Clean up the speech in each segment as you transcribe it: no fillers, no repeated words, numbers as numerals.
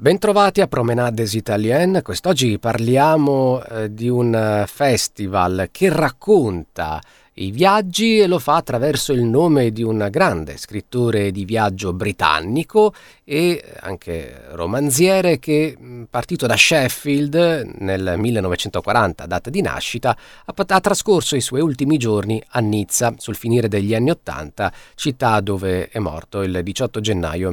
Bentrovati a Promenades Italienne. Quest'oggi parliamo di un festival che racconta i viaggi e lo fa attraverso il nome di un grande scrittore di viaggio britannico e anche romanziere che, partito da Sheffield nel 1940, data di nascita, ha trascorso i suoi ultimi giorni a Nizza sul finire degli anni '80, città dove è morto il 18 gennaio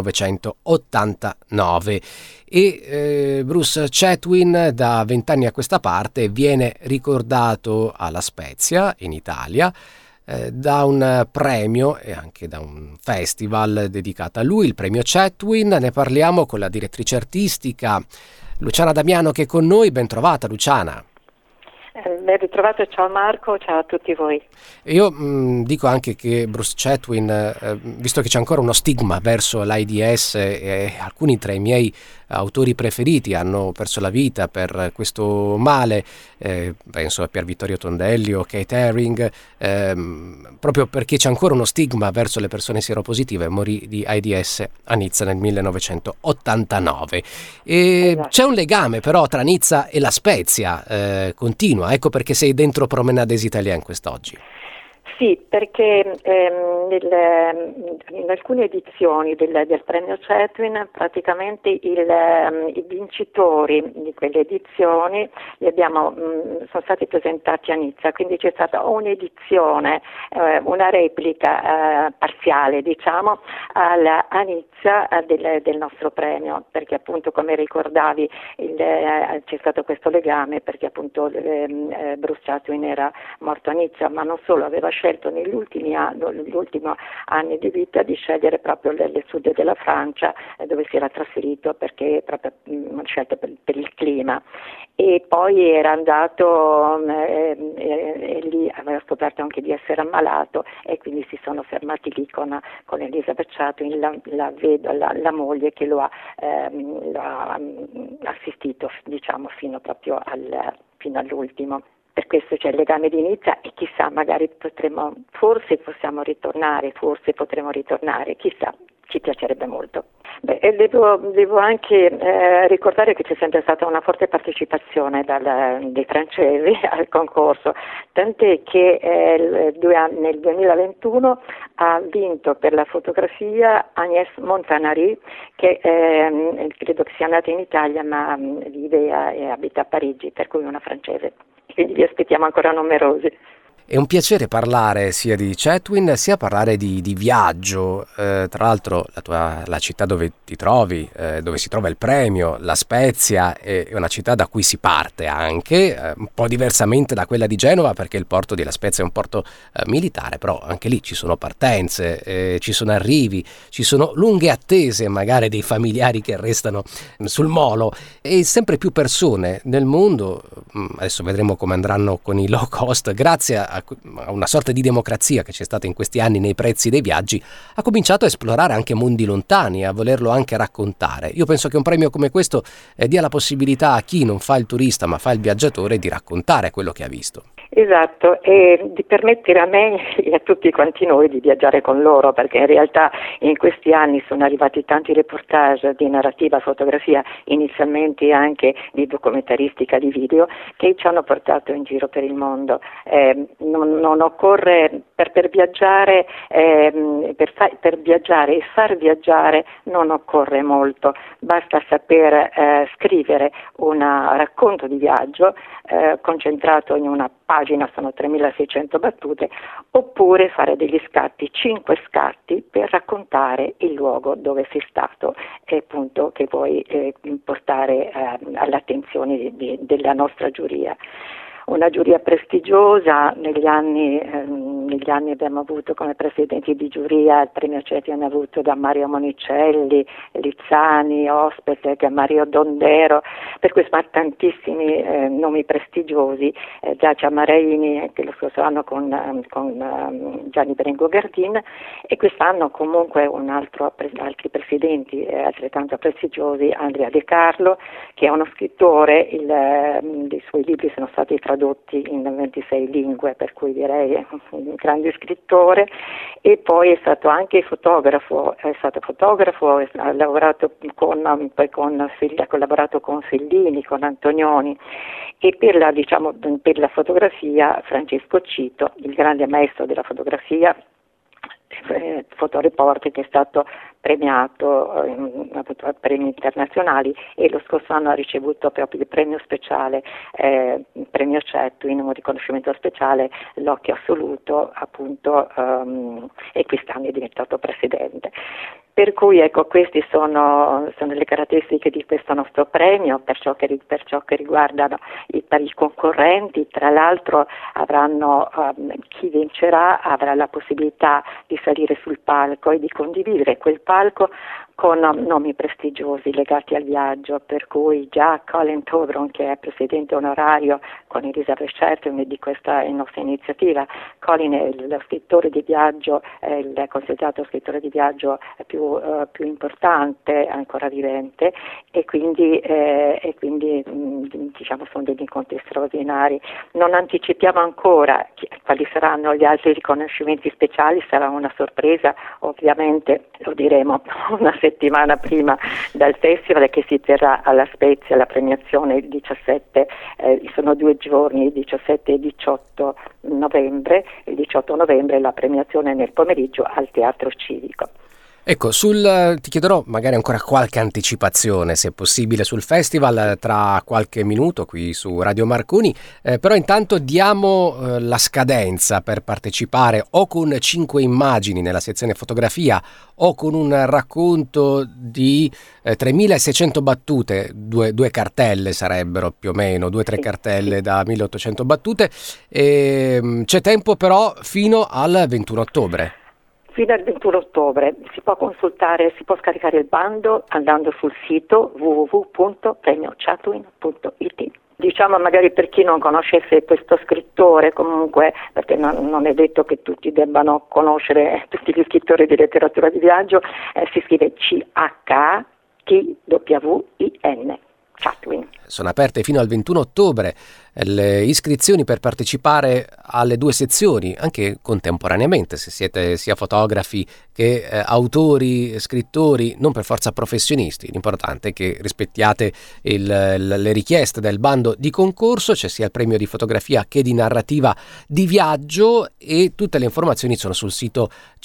1989. E Bruce Chatwin da 20 anni a questa parte viene ricordato alla Spezia in Italia da un premio e anche da un festival dedicato a lui, il premio Chatwin. Ne parliamo con la direttrice artistica Luciana Damiano, che è con noi. Ben trovata, Luciana. Ben ritrovato, ciao Marco, ciao a tutti voi. Io dico anche che Bruce Chatwin, visto che c'è ancora uno stigma verso l'AIDS e alcuni tra i miei autori preferiti hanno perso la vita per questo male, penso a Pier Vittorio Tondelli o Kate Haring, proprio perché c'è ancora uno stigma verso le persone sieropositive, morì di AIDS a Nizza nel 1989. Esatto. C'è un legame però tra Nizza e La Spezia, continua, ecco perché sei dentro Promenades Italienne quest'oggi. Sì, perché in alcune edizioni del premio Chatwin praticamente i vincitori di quelle edizioni sono stati presentati a Nizza, quindi c'è stata un'edizione, una replica parziale diciamo a Nizza del nostro premio, perché appunto come ricordavi c'è stato questo legame perché appunto Bruce Chatwin era morto a Nizza, ma non solo, aveva scelto negli ultimi anni di vita di scegliere proprio il sud della Francia, dove si era trasferito perché proprio scelto per il clima, e poi era andato e lì aveva scoperto anche di essere ammalato e quindi si sono fermati lì con Elizabeth Chatwin, la moglie, che lo ha assistito diciamo fino all'ultimo. Per questo c'è il legame di Nizza e chissà, magari potremo ritornare, chissà, ci piacerebbe molto. Devo anche ricordare che c'è sempre stata una forte partecipazione dei francesi al concorso, tant'è che nel 2021 ha vinto per la fotografia Agnès Montanari, che credo che sia nata in Italia ma vive e abita a Parigi, per cui una francese. Quindi vi aspettiamo ancora numerosi. È un piacere parlare sia di Chatwin sia parlare di viaggio. Tra l'altro la città dove ti trovi, dove si trova il premio, La Spezia, è una città da cui si parte anche, un po' diversamente da quella di Genova, perché il porto di La Spezia è un porto militare, però anche lì ci sono partenze, ci sono arrivi, ci sono lunghe attese magari dei familiari che restano sul molo, e sempre più persone nel mondo, adesso vedremo come andranno con i low cost, grazie a una sorta di democrazia che c'è stata in questi anni nei prezzi dei viaggi, ha cominciato a esplorare anche mondi lontani, a volerlo anche raccontare. Io penso che un premio come questo dia la possibilità a chi non fa il turista ma fa il viaggiatore di raccontare quello che ha visto. Esatto, e di permettere a me e a tutti quanti noi di viaggiare con loro, perché in realtà in questi anni sono arrivati tanti reportage di narrativa, fotografia, inizialmente anche di documentaristica, di video, che ci hanno portato in giro per il mondo. Non occorre per viaggiare, per viaggiare e far viaggiare non occorre molto, basta saper scrivere un racconto di viaggio concentrato in una pagina, sono 3600 battute, oppure fare degli scatti, 5 scatti per raccontare il luogo dove sei stato e appunto che vuoi portare all'attenzione della nostra giuria. Una giuria prestigiosa, negli anni abbiamo avuto come presidenti di giuria il premio Chatwin avuto da Mario Monicelli, Lizzani, Ospete, Mario Dondero, per cui sono tantissimi nomi prestigiosi, Giacia Maraini che lo scorso anno con Gianni Berengo Gardin, e quest'anno comunque altri presidenti altrettanto prestigiosi, Andrea De Carlo, che è uno scrittore, i suoi libri sono stati tradotti in 26 lingue, per cui direi grande scrittore, e poi è stato anche fotografo, ha lavorato ha collaborato con Fellini, con Antonioni, e per la fotografia Francesco Cito, il grande maestro della fotografia, fotoreporter, che è stato premiato, ha avuto premi internazionali, e lo scorso anno ha ricevuto proprio il premio speciale, il premio Chatwin, un riconoscimento speciale, l'occhio assoluto, appunto, e quest'anno è diventato presidente. Per cui ecco, queste sono le caratteristiche di questo nostro premio per ciò che riguarda i concorrenti. Tra l'altro chi vincerà avrà la possibilità di salire sul palco e di condividere quel palco con nomi prestigiosi legati al viaggio, per cui già Colin Tobron, che è presidente onorario con Elizabeth Chatwin di questa nostra iniziativa. Colin è lo scrittore di viaggio, è il considerato scrittore di viaggio più importante ancora vivente, e quindi diciamo sono degli incontri straordinari. Non anticipiamo ancora quali saranno gli altri riconoscimenti speciali, sarà una sorpresa, ovviamente lo diremo una settimana prima dal festival, che si terrà alla Spezia, la premiazione il 17, sono 2 giorni, il 17 e 18 novembre. Il 18 novembre la premiazione nel pomeriggio al Teatro Civico. Ecco, ti chiederò magari ancora qualche anticipazione, se possibile, sul festival tra qualche minuto qui su Radio Marconi, però intanto diamo la scadenza per partecipare o con 5 immagini nella sezione fotografia o con un racconto di 3.600 battute, due cartelle sarebbero più o meno, 2-3 cartelle da 1.800 battute, c'è tempo però fino al 21 ottobre. Fino al 21 ottobre si può scaricare il bando andando sul sito www.premiochatwin.it. Diciamo, magari per chi non conoscesse questo scrittore, comunque, perché non è detto che tutti debbano conoscere tutti gli scrittori di letteratura di viaggio, si scrive CHTWIN, Chatwin. Sono aperte fino al 21 ottobre le iscrizioni per partecipare alle 2 sezioni, anche contemporaneamente, se siete sia fotografi che autori, scrittori, non per forza professionisti. L'importante è che rispettiate le richieste del bando di concorso. C'è sia il premio di fotografia che di narrativa di viaggio, e tutte le informazioni sono sul sito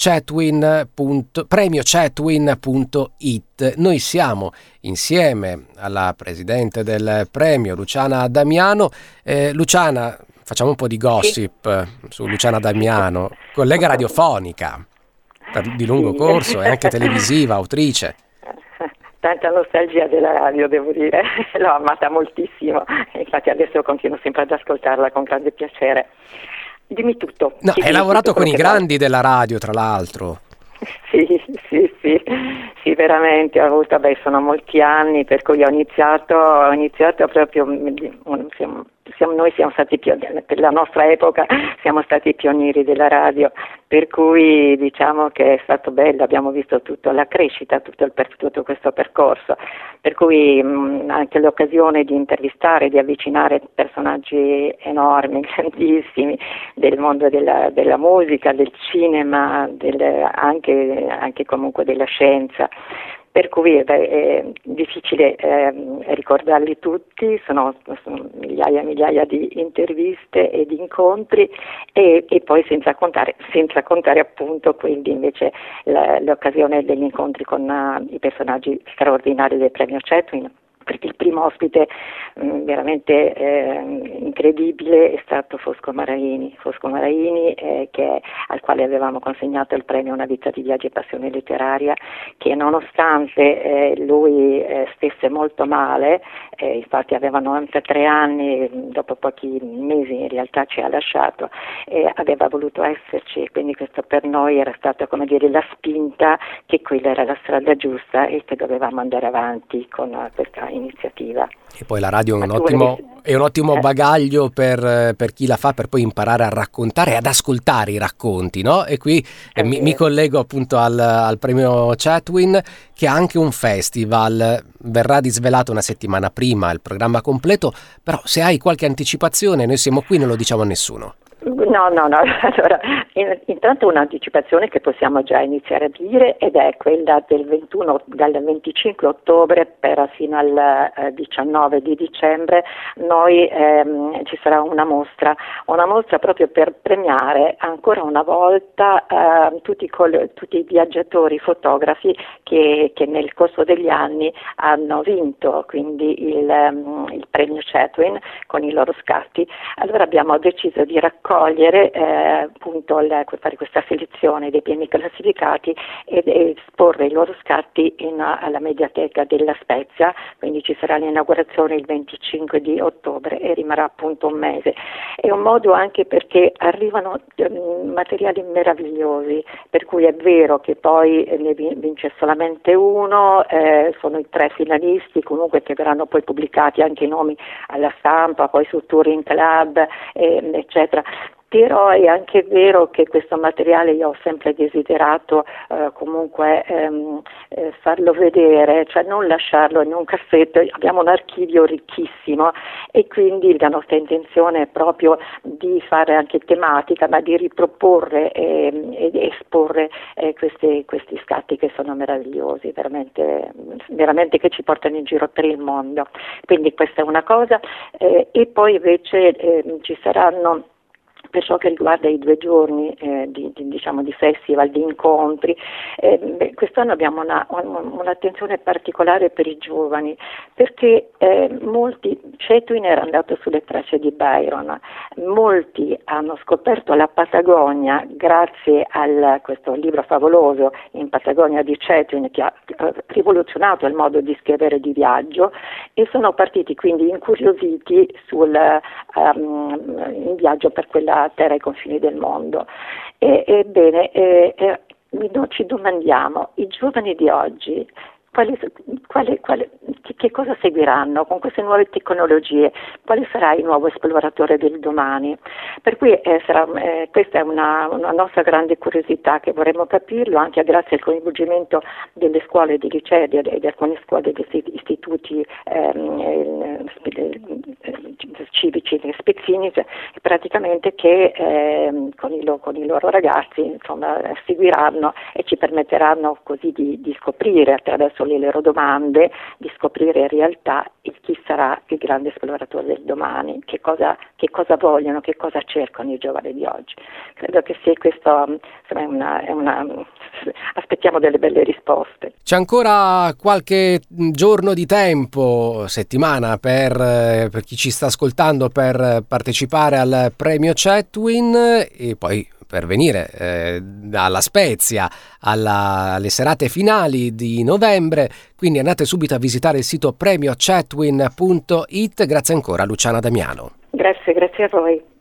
premiochatwin.it. Noi siamo insieme alla presidente del premio, Luciana Damiano. Luciana, facciamo un po' di gossip su Luciana Damiano, collega radiofonica di lungo corso e anche televisiva, autrice. Tanta nostalgia della radio, devo dire, l'ho amata moltissimo, infatti adesso continuo sempre ad ascoltarla con grande piacere. Dimmi tutto. No, hai lavorato con i grandi della radio, tra l'altro. Sì, veramente, sono molti anni, per cui ho iniziato proprio, noi siamo stati pionieri, per la nostra epoca siamo stati pionieri della radio, per cui diciamo che è stato bello, abbiamo visto tutta la crescita, tutto questo percorso, per cui anche l'occasione di intervistare, di avvicinare personaggi enormi, grandissimi del mondo della musica, del cinema, anche comunque della scienza. Per cui è difficile ricordarli tutti, sono migliaia e migliaia di interviste e di incontri, e poi senza contare appunto quindi invece l'occasione degli incontri con i personaggi straordinari del premio Chatwin. Perché il primo ospite veramente incredibile è stato Fosco Maraini, al quale avevamo consegnato il premio Una vita di viaggi e passione letteraria, che nonostante lui stesse molto male, infatti aveva 93 anni, dopo pochi mesi in realtà ci ha lasciato, aveva voluto esserci, quindi questo per noi era stato, come dire, la spinta che quella era la strada giusta e che dovevamo andare avanti con questa iniziativa. E poi la radio è un ottimo bagaglio per chi la fa, per poi imparare a raccontare e ad ascoltare i racconti, no? E qui mi collego appunto al premio Chatwin, che ha anche un festival. Verrà disvelato una settimana prima il programma completo, però se hai qualche anticipazione, noi siamo qui, non lo diciamo a nessuno. No, no, no. Allora, intanto un'anticipazione che possiamo già iniziare a dire, ed è quella dal 25 ottobre fino al 19 di dicembre. Noi ci sarà una mostra proprio per premiare ancora una volta tutti i viaggiatori fotografi che nel corso degli anni hanno vinto quindi il premio Chatwin con i loro scatti. Allora abbiamo deciso di raccogliere fare questa selezione dei primi classificati ed esporre i loro scatti alla Mediateca della Spezia, quindi ci sarà l'inaugurazione il 25 di ottobre e rimarrà appunto un mese. È un modo anche perché arrivano materiali meravigliosi, per cui è vero che poi ne vince solamente uno, sono i 3 finalisti comunque che verranno poi pubblicati anche i nomi alla stampa, poi su Touring Club, eccetera. Però è anche vero che questo materiale io ho sempre desiderato comunque farlo vedere, cioè non lasciarlo in un cassetto. Abbiamo un archivio ricchissimo e quindi la nostra intenzione è proprio di fare anche tematica, ma di riproporre ed esporre questi scatti che sono meravigliosi, veramente, veramente, che ci portano in giro per il mondo. Quindi questa è una cosa, e poi invece ci saranno, per ciò che riguarda i 2 giorni di festival, di incontri, quest'anno abbiamo un'attenzione particolare per i giovani, perché Chatwin era andato sulle tracce di Byron, molti hanno scoperto la Patagonia grazie a questo libro favoloso In Patagonia di Chatwin, che ha rivoluzionato il modo di scrivere di viaggio, e sono partiti quindi incuriositi in viaggio per quella terra ai confini del mondo. Ebbene, ci domandiamo, i giovani di oggi che cosa seguiranno con queste nuove tecnologie? Quale sarà il nuovo esploratore del domani? Per cui questa è una nostra grande curiosità, che vorremmo capirlo anche grazie al coinvolgimento delle scuole, dei licei e di alcune scuole, degli istituti civici spezzini, praticamente, che con i loro ragazzi insomma seguiranno e ci permetteranno così di scoprire attraverso le loro domande, di scoprire in realtà chi sarà il grande esploratore del domani, che cosa vogliono, che cosa cercano i giovani di oggi. Credo che sia questo, aspettiamo delle belle risposte. C'è ancora qualche giorno di tempo, settimana, per chi ci sta ascoltando, per partecipare al premio Chatwin e poi per venire dalla Spezia alle serate finali di novembre. Quindi andate subito a visitare il sito premiochatwin.it. Grazie ancora Luciana Damiano. Grazie a voi.